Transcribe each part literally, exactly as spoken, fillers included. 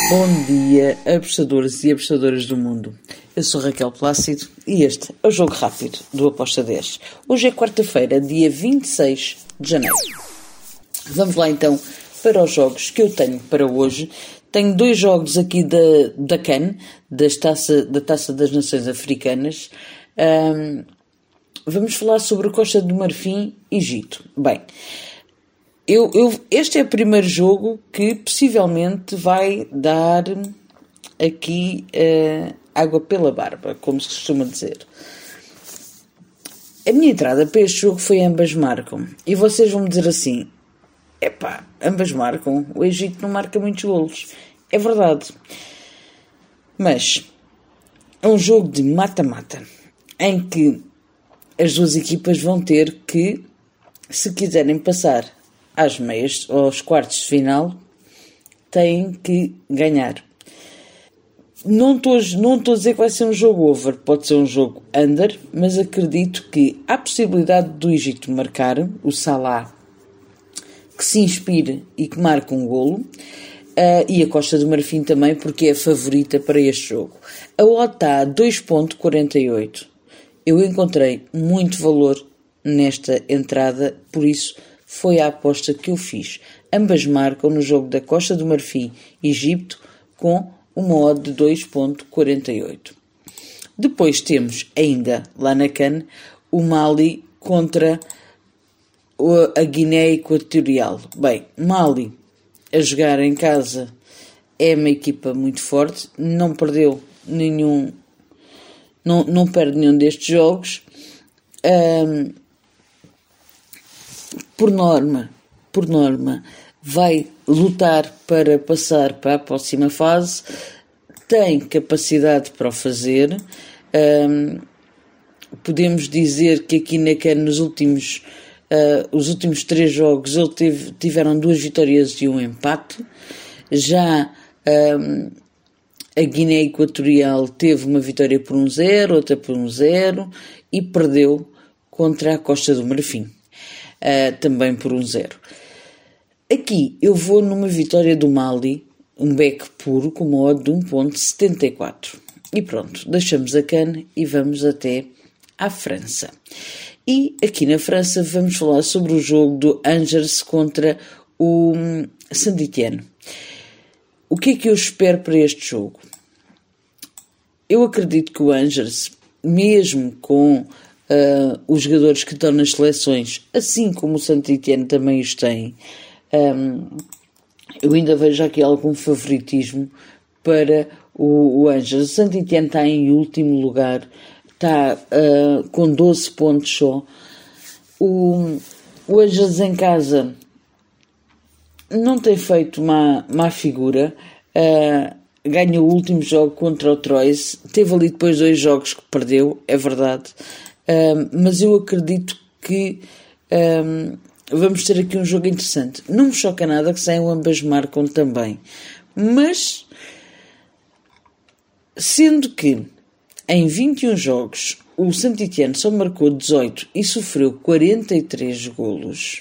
Bom dia, apostadores e apostadoras do mundo. Eu sou Raquel Plácido e este é o Jogo Rápido do Aposta dez. Hoje é quarta-feira, dia vinte e seis de janeiro. Vamos lá então para os jogos que eu tenho para hoje. Tenho dois jogos aqui da, da CAN, das taça, da Taça das Nações Africanas. Um, vamos falar sobre a Costa do Marfim e Egito. Bem, eu, eu, este é o primeiro jogo que possivelmente vai dar aqui uh, água pela barba, como se costuma dizer. A minha entrada para este jogo foi ambas marcam. E vocês vão me dizer assim, epá, ambas marcam, o Egito não marca muitos golos. É verdade. Mas é um jogo de mata-mata, em que as duas equipas vão ter que, se quiserem passar às meias, aos quartos de final, têm que ganhar. Não estou não estou a dizer que vai ser um jogo over, pode ser um jogo under, mas acredito que há possibilidade do Egito marcar, o Salah, que se inspire e que marque um golo, uh, e a Costa do Marfim também, porque é a favorita para este jogo. A odd está a dois vírgula quarenta e oito. Eu encontrei muito valor nesta entrada, por isso foi a aposta que eu fiz. Ambas marcam no jogo da Costa do Marfim e Egito com uma odd de dois vírgula quarenta e oito. Depois temos ainda, lá na CAN, o Mali contra a Guiné Equatorial. Bem, Mali a jogar em casa é uma equipa muito forte, não perdeu nenhum, não, não perde nenhum destes jogos. Um, por norma, por norma, vai lutar para passar para a próxima fase, tem capacidade para o fazer. Um, podemos dizer que aqui na CAN, nos últimos Uh, os últimos três jogos ele teve, tiveram duas vitórias e um empate. Já um, a Guiné Equatorial teve uma vitória por um zero, outra por um zero e perdeu contra a Costa do Marfim, uh, também por um zero. Aqui eu vou numa vitória do Mali, um back puro com uma odd de um vírgula setenta e quatro. E pronto, deixamos a CAN e vamos até à França. E aqui na França vamos falar sobre o jogo do Angers contra o Saint-Étienne. O que é que eu espero para este jogo? Eu acredito que o Angers, mesmo com uh, os jogadores que estão nas seleções, assim como o Saint-Étienne também os tem, um, eu ainda vejo aqui algum favoritismo para o, o Angers. O Saint-Étienne está em último lugar, está uh, com doze pontos só. O, o Angers em casa não tem feito má, má figura. Uh, ganhou o último jogo contra o Troyes. Teve ali depois dois jogos que perdeu, é verdade. Uh, mas eu acredito que uh, vamos ter aqui um jogo interessante. Não me choca nada que saiam ambas marcam também. Mas, sendo que em vinte e um jogos, o Saint-Étienne só marcou dezoito e sofreu quarenta e três golos.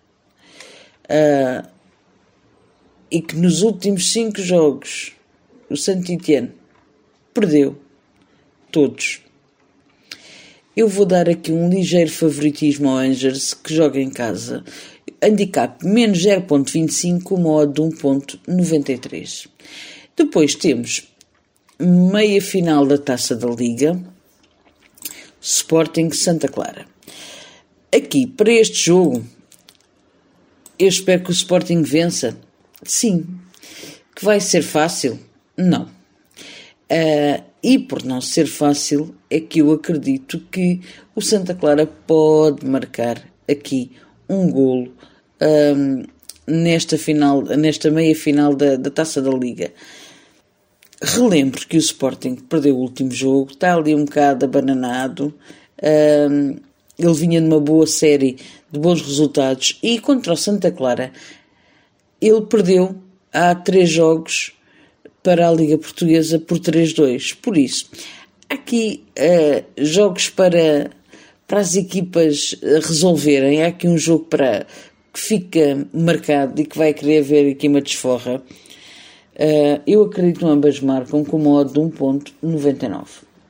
Uh, e que nos últimos cinco jogos, o Saint-Étienne perdeu todos. Eu vou dar aqui um ligeiro favoritismo ao Angers, que joga em casa. Handicap menos zero vírgula vinte e cinco, uma odd de um vírgula noventa e três. Depois temos meia final da Taça da Liga, Sporting Santa Clara. Aqui, para este jogo, eu espero que o Sporting vença. Sim. Que vai ser fácil? Não. Uh, e por não ser fácil, é que eu acredito que o Santa Clara pode marcar aqui um golo um, nesta, final, nesta meia final da, da Taça da Liga. Relembro que o Sporting perdeu o último jogo, está ali um bocado abananado, um, ele vinha numa boa série de bons resultados e contra o Santa Clara ele perdeu há três jogos para a Liga Portuguesa por três a dois. Por isso, há aqui uh, jogos para, para as equipas resolverem, há aqui um jogo para, que fica marcado e que vai querer ver aqui uma desforra. Uh, eu acredito que ambas marcam com uma odd de um ponto noventa e nove.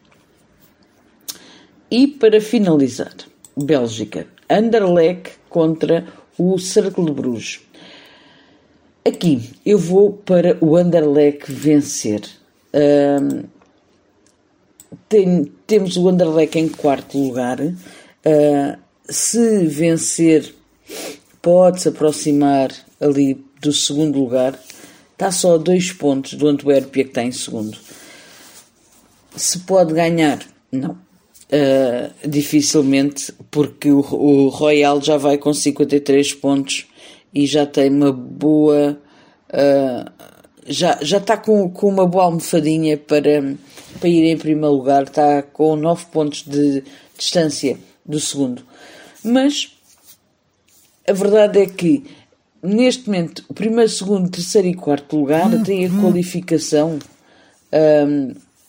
E para finalizar, Bélgica, Anderlecht contra o Cercle de Bruges. Aqui eu vou para o Anderlecht vencer. Uh, tem, temos o Anderlecht em quarto lugar. Uh, se vencer, pode-se aproximar ali do segundo lugar. Está só a dois pontos do Antuérpia, que está em segundo. Se pode ganhar? Não. Uh, dificilmente, porque o, o Royal já vai com cinquenta e três pontos e já tem uma boa... Uh, já, já está com, com uma boa almofadinha para, para ir em primeiro lugar. Está com nove pontos de distância do segundo. Mas a verdade é que neste momento, o primeiro, segundo, terceiro e quarto lugar têm a qualificação um,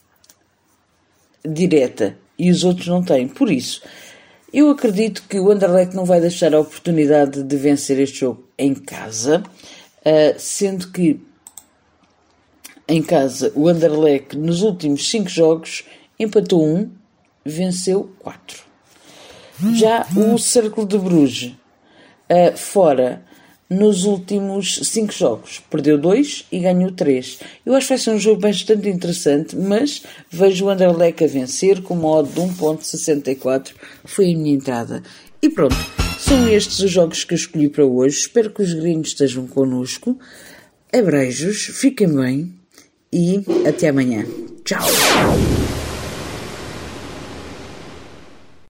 direta e os outros não têm. Por isso, eu acredito que o Anderlecht não vai deixar a oportunidade de vencer este jogo em casa, uh, sendo que em casa o Anderlecht nos últimos cinco jogos empatou um, venceu quatro. Já o Cercle de Bruges, uh, fora... nos últimos cinco jogos, perdeu dois e ganhou três. Eu acho que vai ser um jogo bastante interessante, mas vejo o Anderlecht a vencer com uma odd de um ponto sessenta e quatro. Foi a minha entrada. E pronto, são estes os jogos que eu escolhi para hoje. Espero que os gringos estejam connosco. Abreijos, fiquem bem e até amanhã. Tchau!